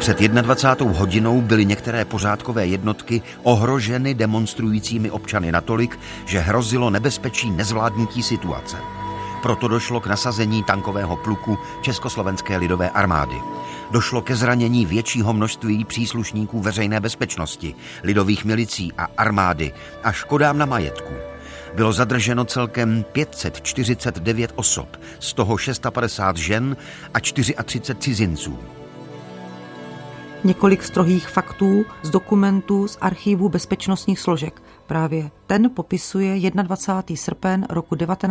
Před 21. hodinou byly některé pořádkové jednotky ohroženy demonstrujícími občany natolik, že hrozilo nebezpečí nezvládnutí situace. Proto došlo k nasazení tankového pluku Československé lidové armády. Došlo ke zranění většího množství příslušníků veřejné bezpečnosti, lidových milicí a armády a škodám na majetku. Bylo zadrženo celkem 549 osob, z toho 650 žen a 34 cizinců. Několik strohých faktů z dokumentů z archívu bezpečnostních složek. Právě ten popisuje 21. srpen roku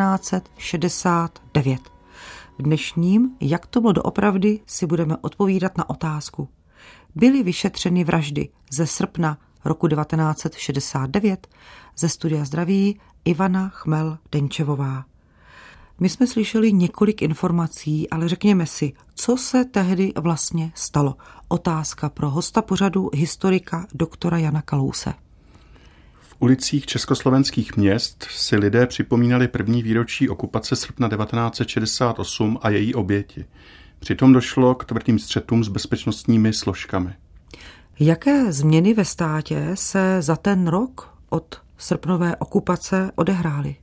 1969. V dnešním, jak to bylo doopravdy, si budeme odpovídat na otázku. Byly vyšetřeny vraždy ze srpna roku 1969? Ze Studia zdraví Ivana Chmel-Denčevová. My jsme slyšeli několik informací, ale řekněme si, co se tehdy vlastně stalo. Otázka pro hosta pořadu, historika doktora Jana Kalouse. V ulicích československých měst si lidé připomínali první výročí okupace srpna 1968 a její oběti. Přitom došlo k tvrdým střetům s bezpečnostními složkami. Jaké změny ve státě se za ten rok od srpnové okupace odehrály?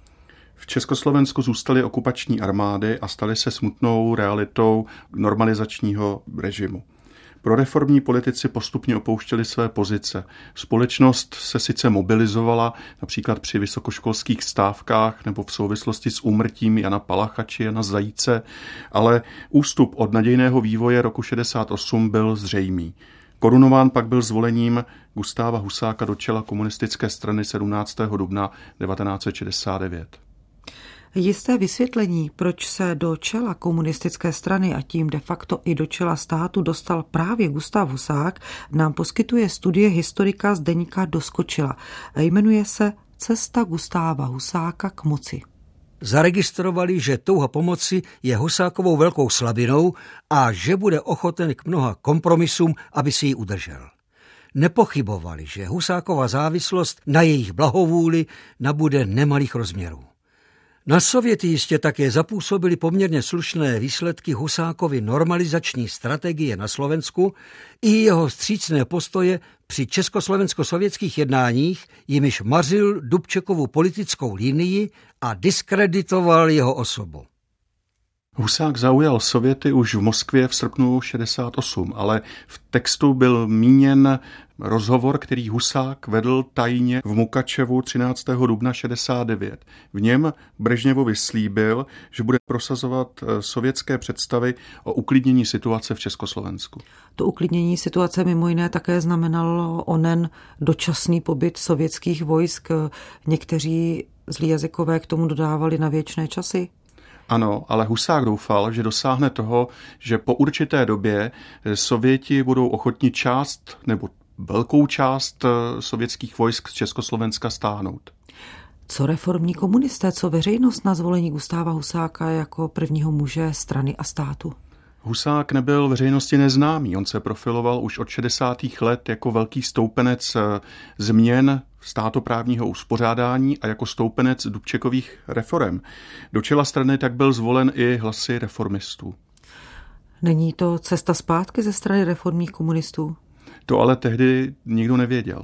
V Československu zůstaly okupační armády a staly se smutnou realitou normalizačního režimu. Proreformní politici postupně opouštěli své pozice. Společnost se sice mobilizovala, například při vysokoškolských stávkách nebo v souvislosti s úmrtím Jana Palacha či Jana Zajíce, ale ústup od nadějného vývoje roku 68 byl zřejmý. Korunován pak byl zvolením Gustáva Husáka do čela komunistické strany 17. dubna 1969. Jisté vysvětlení, proč se do čela komunistické strany a tím de facto i do čela státu dostal právě Gustáv Husák, nám poskytuje studie historika Zdeňka Doskočila. Jmenuje se Cesta Gustáva Husáka k moci. Zaregistrovali, že touha pomoci je Husákovou velkou slabinou a že bude ochoten k mnoha kompromisům, aby si ji udržel. Nepochybovali, že Husákova závislost na jejich blahovůli nabude nemalých rozměrů. Na Sověty jistě také zapůsobily poměrně slušné výsledky Husákovy normalizační strategie na Slovensku i jeho vstřícné postoje při československo-sovětských jednáních, jimiž mařil Dubčekovu politickou linii a diskreditoval jeho osobu. Husák zaujal Sověty už v Moskvě v srpnu 68, ale v textu byl míněn rozhovor, který Husák vedl tajně v Mukačevu 13. dubna 69. V něm Brežněvovi slíbil, že bude prosazovat sovětské představy o uklidnění situace v Československu. To uklidnění situace mimo jiné také znamenalo onen dočasný pobyt sovětských vojsk. Někteří zlí jazykové k tomu dodávali na věčné časy. Ano, ale Husák doufal, že dosáhne toho, že po určité době Sověti budou ochotni část nebo velkou část sovětských vojsk z Československa stáhnout. Co reformní komunisté, co veřejnost na zvolení Gustáva Husáka jako prvního muže strany a státu? Husák nebyl veřejnosti neznámý. On se profiloval už od 60. let jako velký stoupenec změn státoprávního uspořádání a jako stoupenec Dubčekových reforem. Do čela strany tak byl zvolen i hlasy reformistů. Není to cesta zpátky ze strany reformních komunistů? To ale tehdy nikdo nevěděl.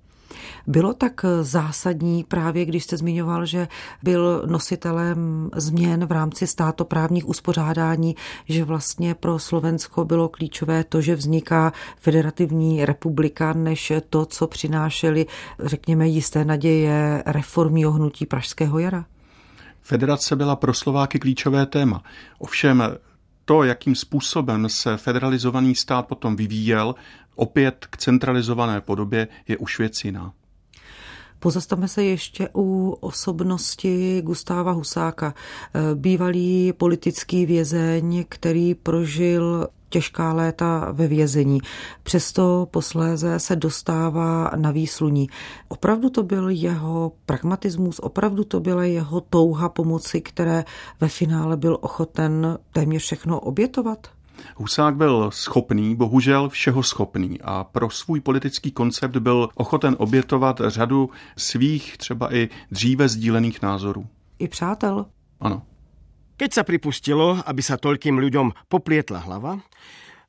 Bylo tak zásadní právě, když jste zmiňoval, že byl nositelem změn v rámci státoprávních uspořádání, že vlastně pro Slovensko bylo klíčové to, že vzniká federativní republika, než to, co přinášely, řekněme, jisté naděje reformního hnutí Pražského jara? Federace byla pro Slováky klíčové téma. Ovšem to, jakým způsobem se federalizovaný stát potom vyvíjel, opět k centralizované podobě, je už věc jiná. Pozastavme se ještě u osobnosti Gustáva Husáka. Bývalý politický vězeň, který prožil těžká léta ve vězení. Přesto posléze se dostává na výsluní. Opravdu to byl jeho pragmatismus, opravdu to byla jeho touha pomoci, které ve finále byl ochoten téměř všechno obětovat? Husák byl schopný, bohužel všeho schopný a pro svůj politický koncept byl ochoten obětovat řadu svých třeba i dříve sdílených názorů. I přátel? Ano. Keď sa pripustilo, aby sa toľkým ľuďom poplietla hlava,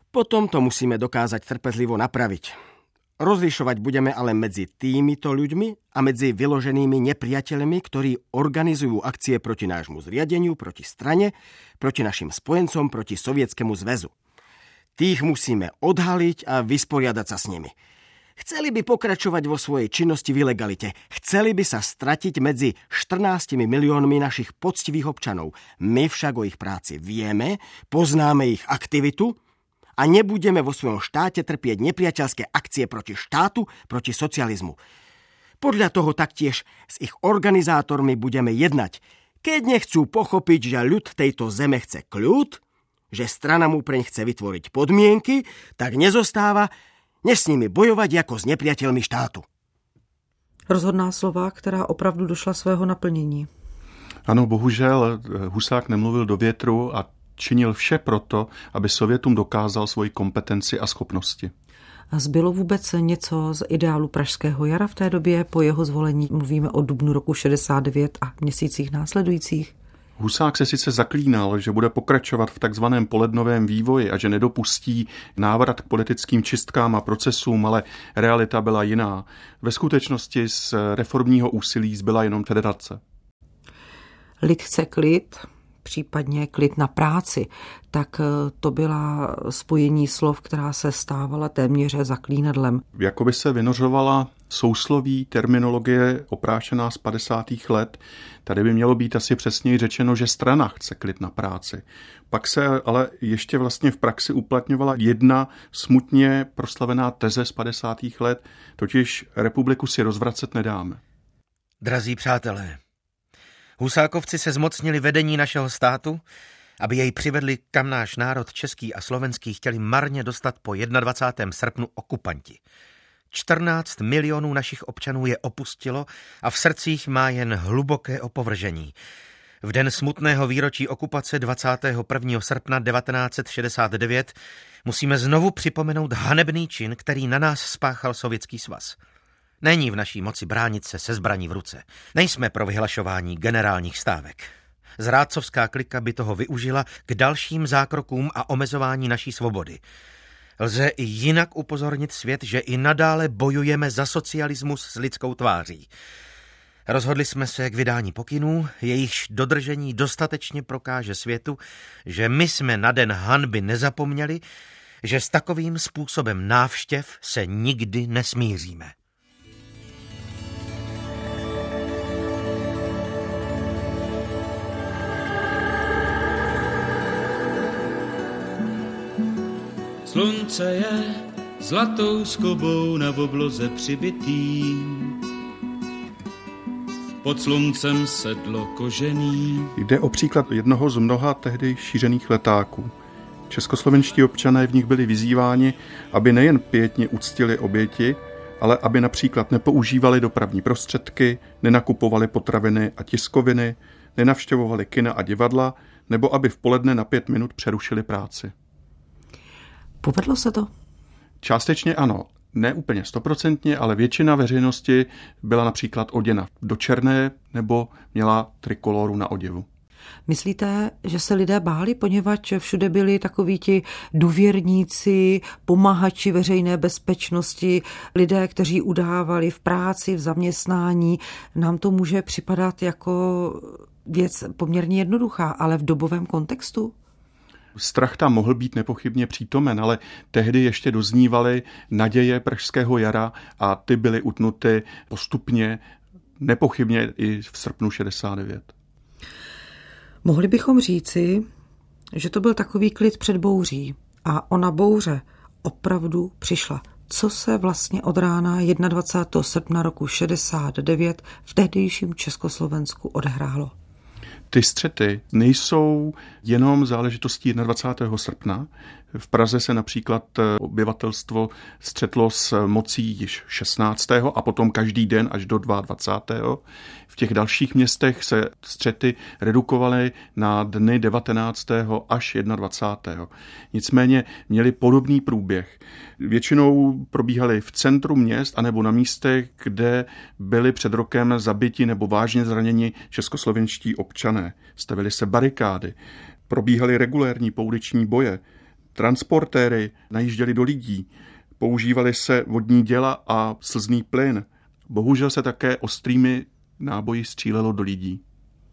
Potom to musíme dokázať trpezlivo napraviť. Rozlišovať budeme ale medzi týmito ľuďmi a medzi vyloženými nepriateľmi, ktorí organizujú akcie proti nášmu zriadeniu, proti strane, proti našim spojencom, proti Sovietskému zväzu. Tých musíme odhaliť a vysporiadať sa s nimi. Chceli by pokračovať vo svojej činnosti v ilegalite. Chceli by sa stratiť medzi 14 miliónmi našich poctivých občanov. My však o ich práci vieme, poznáme ich aktivitu a nebudeme vo svojom štáte trpieť nepriateľské akcie proti štátu, proti socializmu. Podľa toho taktiež s ich organizátormi budeme jednať. Keď nechcú pochopiť, že ľud tejto zeme chce kľud, že strana mu preň chce vytvoriť podmienky, tak nezostáva, než s nimi bojovať jako s nepriateľmi štátu. Rozhodná slova, která opravdu došla svého naplnění. Ano, bohužel Husák nemluvil do větru a činil vše proto, aby Sovětům dokázal svoji kompetenci a schopnosti. A zbylo vůbec něco z ideálu Pražského jara v té době? Po jeho zvolení mluvíme o dubnu roku 69 a měsících následujících. Husák se sice zaklínal, že bude pokračovat v takzvaném polednovém vývoji a že nedopustí návrat k politickým čistkám a procesům, ale realita byla jiná. Ve skutečnosti z reformního úsilí zbyla jenom federace. Lid chce klid, případně klid na práci, tak to byla spojení slov, která se stávala téměř zaklínadlem. Jakoby se vynořovala sousloví, terminologie oprášená z 50. let. Tady by mělo být asi přesněji řečeno, že strana chce klid na práci. Pak se ale ještě vlastně v praxi uplatňovala jedna smutně proslavená teze z 50. let, totiž republiku si rozvracet nedáme. Drazí přátelé, Husákovci se zmocnili vedení našeho státu, aby jej přivedli, kam náš národ český a slovenský chtěli marně dostat po 21. srpnu okupanti. 14 milionů našich občanů je opustilo a v srdcích má jen hluboké opovržení. V den smutného výročí okupace 21. srpna 1969 musíme znovu připomenout hanebný čin, který na nás spáchal Sovětský svaz. Není v naší moci bránit se zbraní v ruce. Nejsme pro vyhlašování generálních stávek. Zrádcovská klika by toho využila k dalším zákrokům a omezování naší svobody. Lze i jinak upozornit svět, že i nadále bojujeme za socialismus s lidskou tváří. Rozhodli jsme se k vydání pokynů, jejichž dodržení dostatečně prokáže světu, že my jsme na den hanby nezapomněli, že s takovým způsobem návštěv se nikdy nesmíříme. Slunce je zlatou skobou na obloze přibitý, pod sluncem sedlo kožený. Jde o příklad jednoho z mnoha tehdy šířených letáků. Českoslovenští občané v nich byli vyzýváni, aby nejen pětně uctili oběti, ale aby například nepoužívali dopravní prostředky, nenakupovali potraviny a tiskoviny, nenavštěvovali kina a divadla, nebo aby v poledne na 5 minut přerušili práci. Povedlo se to? Částečně ano. Ne úplně 100%, ale většina veřejnosti byla například oděna do černé nebo měla trikoloru na oděvu. Myslíte, že se lidé báli, poněvadž všude byli takoví ti důvěrníci, pomahači veřejné bezpečnosti, lidé, kteří udávali v práci, v zaměstnání. Nám to může připadat jako věc poměrně jednoduchá, ale v dobovém kontextu? Strach tam mohl být nepochybně přítomen, ale tehdy ještě doznívaly naděje Pražského jara a ty byly utnuty postupně, nepochybně i v srpnu 69. Mohli bychom říci, že to byl takový klid před bouří a ona bouře opravdu přišla. Co se vlastně od rána 21. srpna roku 69 v tehdejším Československu odehrálo? Ty střety nejsou jenom záležitostí 21. srpna. V Praze se například obyvatelstvo střetlo s mocí již 16. a potom každý den až do 22. V těch dalších městech se střety redukovaly na dny 19. až 21. Nicméně měli podobný průběh. Většinou probíhaly v centru měst anebo na místech, kde byli před rokem zabiti nebo vážně zraněni českoslovenští občané. Stavily se barikády, probíhaly regulérní pouliční boje. Transportéry najížděly do lidí, používaly se vodní děla a slzný plyn. Bohužel se také ostrými náboji střílelo do lidí.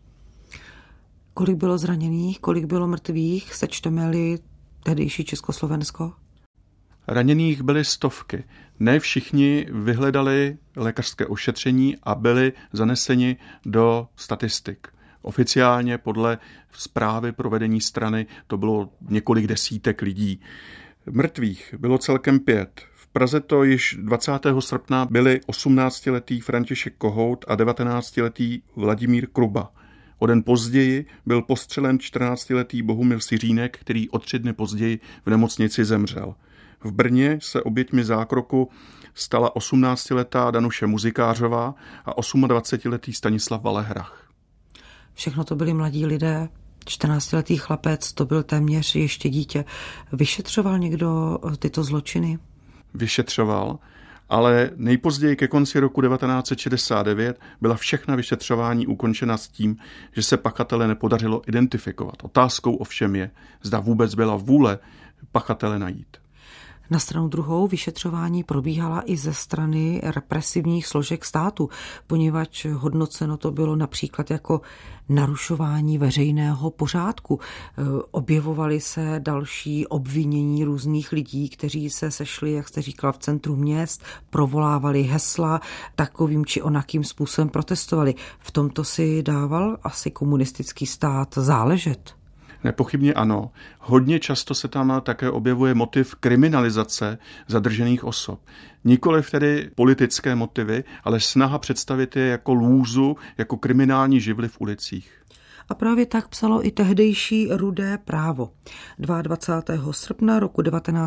Kolik bylo zraněných, kolik bylo mrtvých, sečteme-li tehdejší Československo? Raněných byly stovky. Ne všichni vyhledali lékařské ošetření a byli zaneseni do statistik. Oficiálně podle zprávy provedení strany to bylo několik desítek lidí. Mrtvých bylo celkem 5. V Praze to již 20. srpna byli 18letý František Kohout a 19letý Vladimír Kruba. O den později byl postřelen 14letý Bohumil Siřínek, který o 3 dny později v nemocnici zemřel. V Brně se oběťmi zákroku stala 18letá Danuše Muzikářová a 28letý Stanislav Valehrach. Všechno to byli mladí lidé. 14letý chlapec, to byl téměř ještě dítě. Vyšetřoval někdo tyto zločiny? Vyšetřoval, ale nejpozději ke konci roku 1969 byla všechna vyšetřování ukončena s tím, že se pachatele nepodařilo identifikovat. Otázkou ovšem je, zda vůbec byla vůle pachatele najít. Na stranu druhou vyšetřování probíhala i ze strany represivních složek státu, poněvadž hodnoceno to bylo například jako narušování veřejného pořádku. Objevovaly se další obvinění různých lidí, kteří se sešli, jak jste říkal, v centru měst, provolávali hesla, takovým či onakým způsobem protestovali. V tomto si dával asi komunistický stát záležet. Nepochybně ano. Hodně často se tam také objevuje motiv kriminalizace zadržených osob. Nikoliv tedy politické motivy, ale snaha představit je jako lůzu, jako kriminální živly v ulicích. A právě tak psalo i tehdejší Rudé právo. 22. srpna roku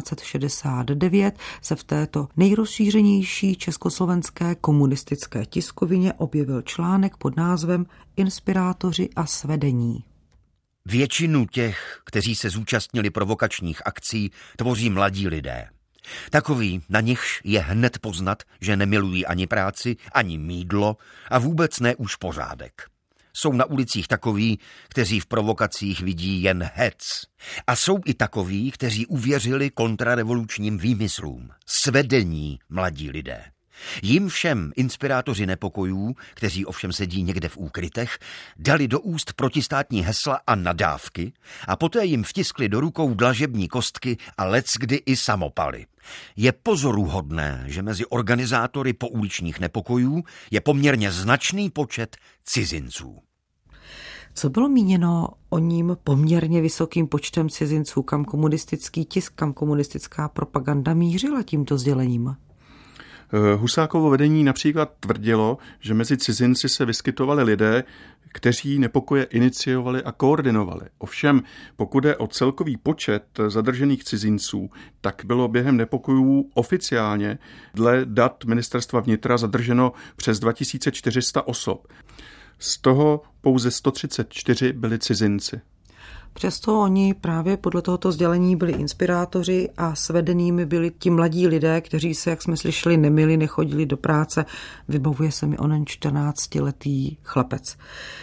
1969 se v této nejrozšířenější československé komunistické tiskovině objevil článek pod názvem Inspirátoři a svedení. Většinu těch, kteří se zúčastnili provokačních akcí, tvoří mladí lidé. Takový, na nichž je hned poznat, že nemilují ani práci, ani mýdlo a vůbec ne už pořádek. Jsou na ulicích takoví, kteří v provokacích vidí jen hec. A jsou i takoví, kteří uvěřili kontrarevolučním výmyslům. Svedení mladí lidé. Jim všem inspirátoři nepokojů, kteří ovšem sedí někde v úkrytech, dali do úst protistátní hesla a nadávky a poté jim vtiskli do rukou dlažební kostky a leckdy i samopaly. Je pozoruhodné, že mezi organizátory pouličních nepokojů je poměrně značný počet cizinců. Co bylo míněno o ním poměrně vysokým počtem cizinců, kam komunistický tisk, kam komunistická propaganda mířila tímto sdělením? Husákovo vedení například tvrdilo, že mezi cizinci se vyskytovali lidé, kteří nepokoje iniciovali a koordinovali. Ovšem, pokud je o celkový počet zadržených cizinců, tak bylo během nepokojů oficiálně dle dat ministerstva vnitra zadrženo přes 2400 osob. Z toho pouze 134 byli cizinci. Přesto oni právě podle tohoto sdělení byli inspirátoři a svedenými byli ti mladí lidé, kteří se, jak jsme slyšeli, nemili, nechodili do práce. Vybavuje se mi onen 14letý chlapec.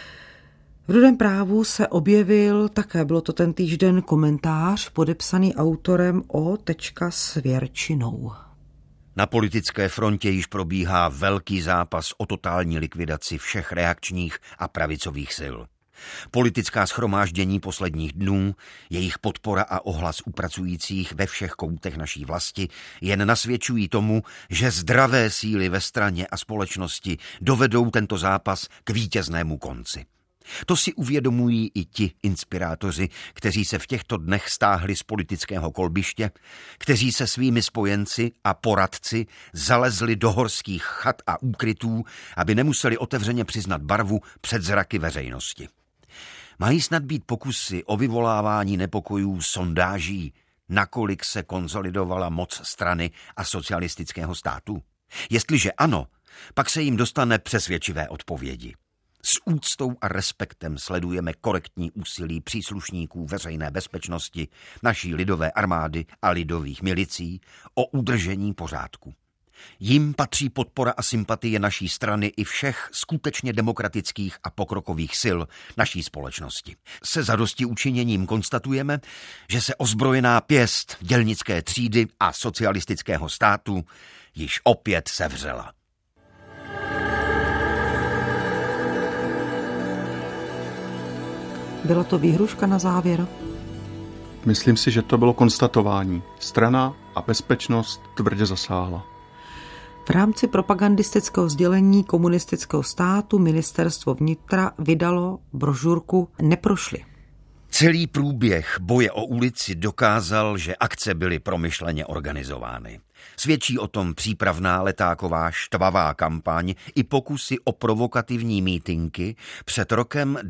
V Rudém právu se objevil, také bylo to ten týžden, komentář podepsaný autorem O. Svěrčinou. Na politické frontě již probíhá velký zápas o totální likvidaci všech reakčních a pravicových sil. Politická shromáždění posledních dnů, jejich podpora a ohlas u pracujících ve všech koutech naší vlasti jen nasvědčují tomu, že zdravé síly ve straně a společnosti dovedou tento zápas k vítěznému konci. To si uvědomují i ti inspirátoři, kteří se v těchto dnech stáhli z politického kolbiště, kteří se svými spojenci a poradci zalezli do horských chat a úkrytů, aby nemuseli otevřeně přiznat barvu před zraky veřejnosti. Mají snad být pokusy o vyvolávání nepokojů sondáží, nakolik se konsolidovala moc strany a socialistického státu? Jestliže ano, pak se jim dostane přesvědčivé odpovědi. S úctou a respektem sledujeme korektní úsilí příslušníků veřejné bezpečnosti, naší lidové armády a lidových milicí o udržení pořádku. Jim patří podpora a sympatie naší strany i všech skutečně demokratických a pokrokových sil naší společnosti. Se zadostiučiněním konstatujeme, že se ozbrojená pěst dělnické třídy a socialistického státu již opět sevřela. Byla to výhruška na závěr? Myslím si, že to bylo konstatování. Strana a bezpečnost tvrdě zasáhla. V rámci propagandistického sdělení komunistického státu ministerstvo vnitra vydalo brožurku Neprošli. Celý průběh boje o ulici dokázal, že akce byly promyšleně organizovány. Svědčí o tom přípravná letáková štvavá kampaň i pokusy o provokativní mítinky před rokem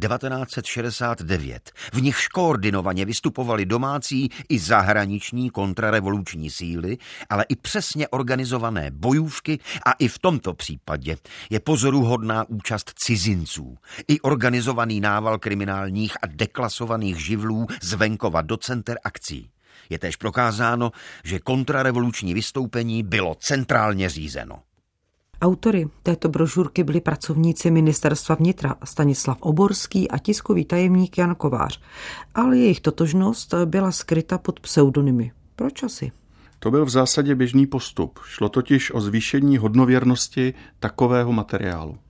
1969. V nichž koordinovaně vystupovaly domácí i zahraniční kontrarevoluční síly, ale i přesně organizované bojůvky a i v tomto případě je pozoruhodná účast cizinců. I organizovaný nával kriminálních a deklasovaných živlů z venkova do center akcí. Je též prokázáno, že kontrarevoluční vystoupení bylo centrálně řízeno. Autory této brožurky byli pracovníci ministerstva vnitra Stanislav Oborský a tiskový tajemník Jan Kovář, ale jejich totožnost byla skryta pod pseudonymy. Proč asi? To byl v zásadě běžný postup. Šlo totiž o zvýšení hodnověrnosti takového materiálu.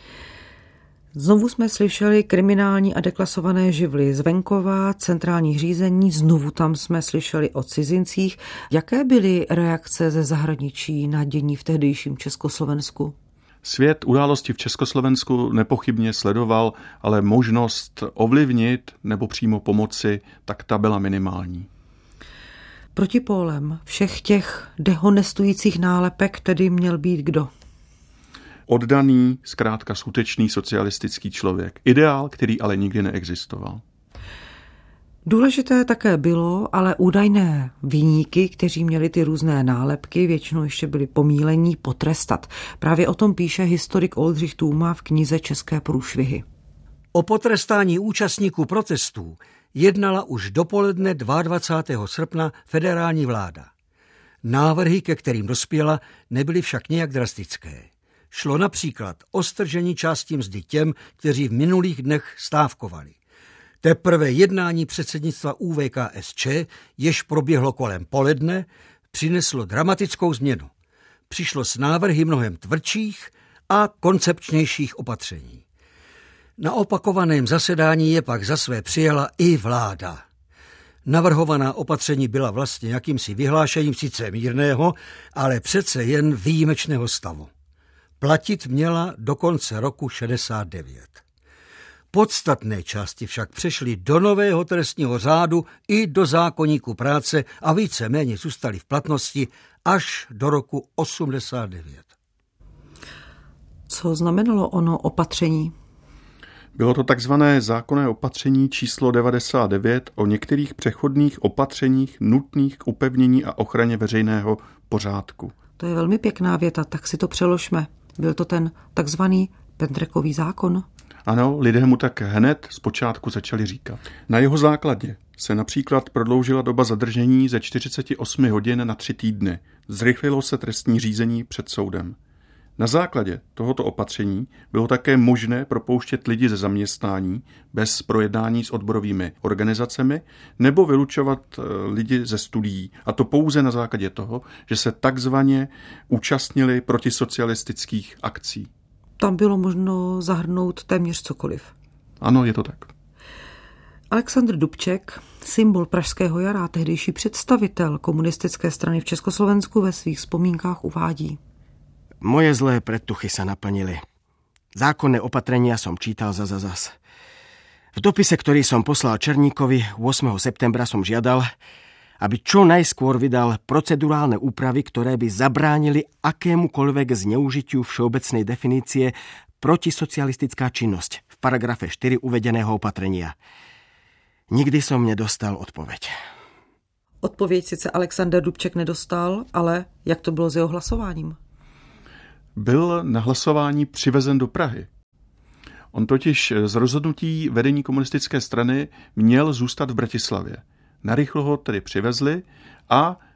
Znovu jsme slyšeli kriminální a deklasované živly z venkova, centrálních řízení, znovu tam jsme slyšeli o cizincích. Jaké byly reakce ze zahraničí na dění v tehdejším Československu? Svět události v Československu nepochybně sledoval, ale možnost ovlivnit nebo přímo pomoci, tak ta byla minimální. Protipólem všech těch dehonestujících nálepek tedy měl být kdo? Oddaný, zkrátka skutečný socialistický člověk. Ideál, který ale nikdy neexistoval. Důležité také bylo, ale údajné viníky, kteří měli ty různé nálepky, většinou ještě byli pomílení, potrestat. Právě o tom píše historik Oldřich Tůma v knize České průšvihy. O potrestání účastníků protestů jednala už dopoledne 22. srpna federální vláda. Návrhy, ke kterým dospěla, nebyly však nějak drastické. Šlo například o stržení části mzdy těm, kteří v minulých dnech stávkovali. Teprve jednání předsednictva ÚVKSČ, jež proběhlo kolem poledne, přineslo dramatickou změnu. Přišlo s návrhy mnohem tvrdších a koncepčnějších opatření. Na opakovaném zasedání je pak za své přijala i vláda. Navrhovaná opatření byla vlastně jakýmsi vyhlášením sice mírného, ale přece jen výjimečného stavu. Platit měla do konce roku 69. Podstatné části však přešly do nového trestního řádu i do zákoníku práce a víceméně zůstaly v platnosti až do roku 89. Co znamenalo ono opatření? Bylo to takzvané zákonné opatření číslo 99 o některých přechodných opatřeních nutných k upevnění a ochraně veřejného pořádku. To je velmi pěkná věta, tak si to přeložme. Byl to ten takzvaný Pendrekový zákon? Ano, lidé mu tak hned zpočátku začali říkat. Na jeho základě se například prodloužila doba zadržení ze 48 hodin na 3 týdny. Zrychlilo se trestní řízení před soudem. Na základě tohoto opatření bylo také možné propouštět lidi ze zaměstnání bez projednání s odborovými organizacemi nebo vylučovat lidi ze studií. A to pouze na základě toho, že se takzvaně účastnili protisocialistických akcí. Tam bylo možno zahrnout téměř cokoliv. Ano, je to tak. Alexandr Dubček, symbol pražského jara, tehdejší představitel komunistické strany v Československu, ve svých vzpomínkách uvádí. Moje zlé predtuchy sa naplnili. Zákonné opatrenia som čítal zas. V dopise, ktorý som poslal Černíkovi 8. septembra som žiadal, aby čo najskôr vydal procedurálne úpravy, ktoré by zabránili akémukoľvek zneužitiu všeobecnej definície protisocialistická činnosť v paragrafe 4 uvedeného opatrenia. Nikdy som nedostal odpoveď. Odpověď sice Alexander Dubček nedostal, ale jak to bylo s jeho hlasováním? Byl na hlasování přivezen do Prahy. On totiž z rozhodnutí vedení komunistické strany měl zůstat v Bratislavě. Narychlo ho tedy přivezli a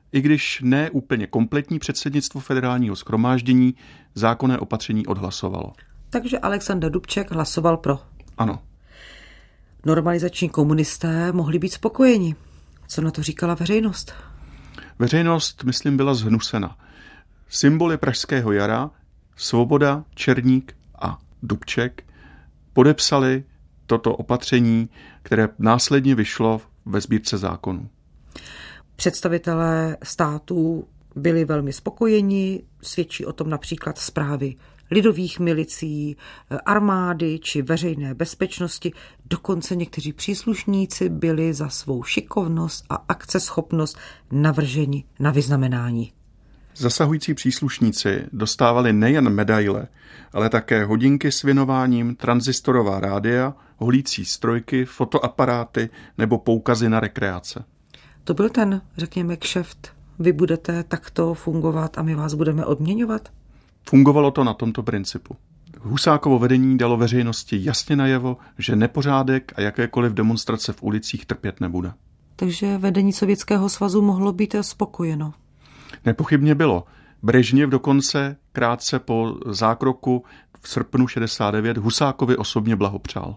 i když ne úplně kompletní předsednictvo Federálního shromáždění zákonné opatření odhlasovalo. Takže Alexander Dubček hlasoval pro. Ano. Normalizační komunisté mohli být spokojeni. Co na to říkala veřejnost? Veřejnost, myslím, byla zhnusena. Symboly Pražského jara, Svoboda, Černík a Dubček podepsali toto opatření, které následně vyšlo ve sbírce zákonů. Představitelé států byli velmi spokojeni, svědčí o tom například zprávy lidových milicí, armády či veřejné bezpečnosti. Dokonce někteří příslušníci byli za svou šikovnost a akceschopnost navrženi na vyznamenání. Zasahující příslušníci dostávali nejen medaile, ale také hodinky s věnováním, tranzistorová rádia, holící strojky, fotoaparáty nebo poukazy na rekreace. To byl ten, řekněme, kšeft. Vy budete takto fungovat a my vás budeme odměňovat? Fungovalo to na tomto principu. Husákovo vedení dalo veřejnosti jasně najevo, že nepořádek a jakékoliv demonstrace v ulicích trpět nebude. Takže vedení Sovětského svazu mohlo být spokojeno. Nepochybně bylo. Brežněv dokonce krátce po zákroku v srpnu 69 Husákovi osobně blahopřál.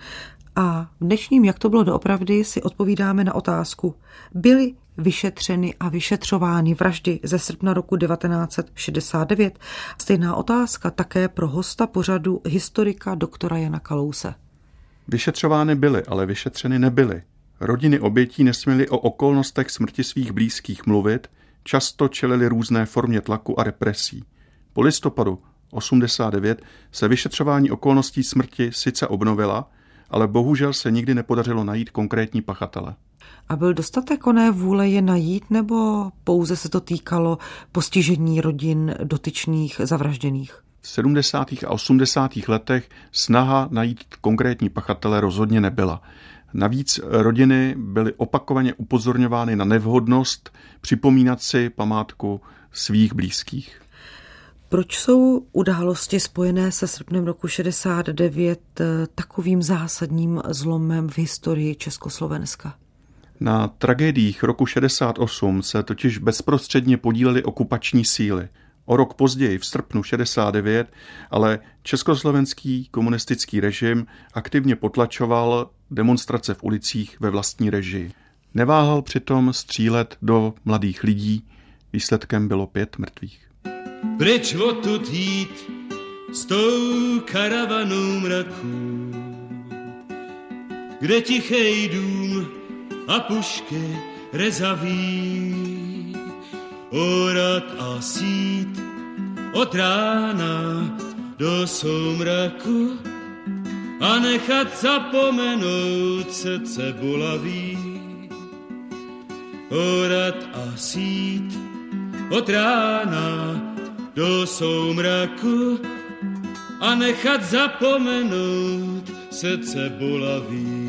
A v dnešním Jak to bylo doopravdy si odpovídáme na otázku. Byly vyšetřeny a vyšetřovány vraždy ze srpna roku 1969? Stejná otázka také pro hosta pořadu historika doktora Jana Kalouse. Vyšetřovány byly, ale vyšetřeny nebyly. Rodiny obětí nesměly o okolnostech smrti svých blízkých mluvit, často čelili různé formě tlaku a represí. Po listopadu 89 se vyšetřování okolností smrti sice obnovila, ale bohužel se nikdy nepodařilo najít konkrétní pachatele. A byl dostatek oné vůle je najít, nebo pouze se to týkalo postižení rodin dotyčných zavražděných? V 70. a 80. letech snaha najít konkrétní pachatele rozhodně nebyla. Navíc rodiny byly opakovaně upozorňovány na nevhodnost připomínat si památku svých blízkých. Proč jsou události spojené se srpnem roku 69 takovým zásadním zlomem v historii Československa? Na tragédiích roku 68 se totiž bezprostředně podílely okupační síly. O rok později, v srpnu 69, ale československý komunistický režim aktivně potlačoval demonstrace v ulicích ve vlastní režii. Neváhal přitom střílet do mladých lidí, výsledkem bylo 5 mrtvých. Pryč odtud jít s tou karavanou mraků, kde tichej dům a pušky rezaví, orat a sít od rána do soumraku a nechat zapomenout srdce bolavý. Orat a sít od rána do soumraku a nechat zapomenout srdce bolavý.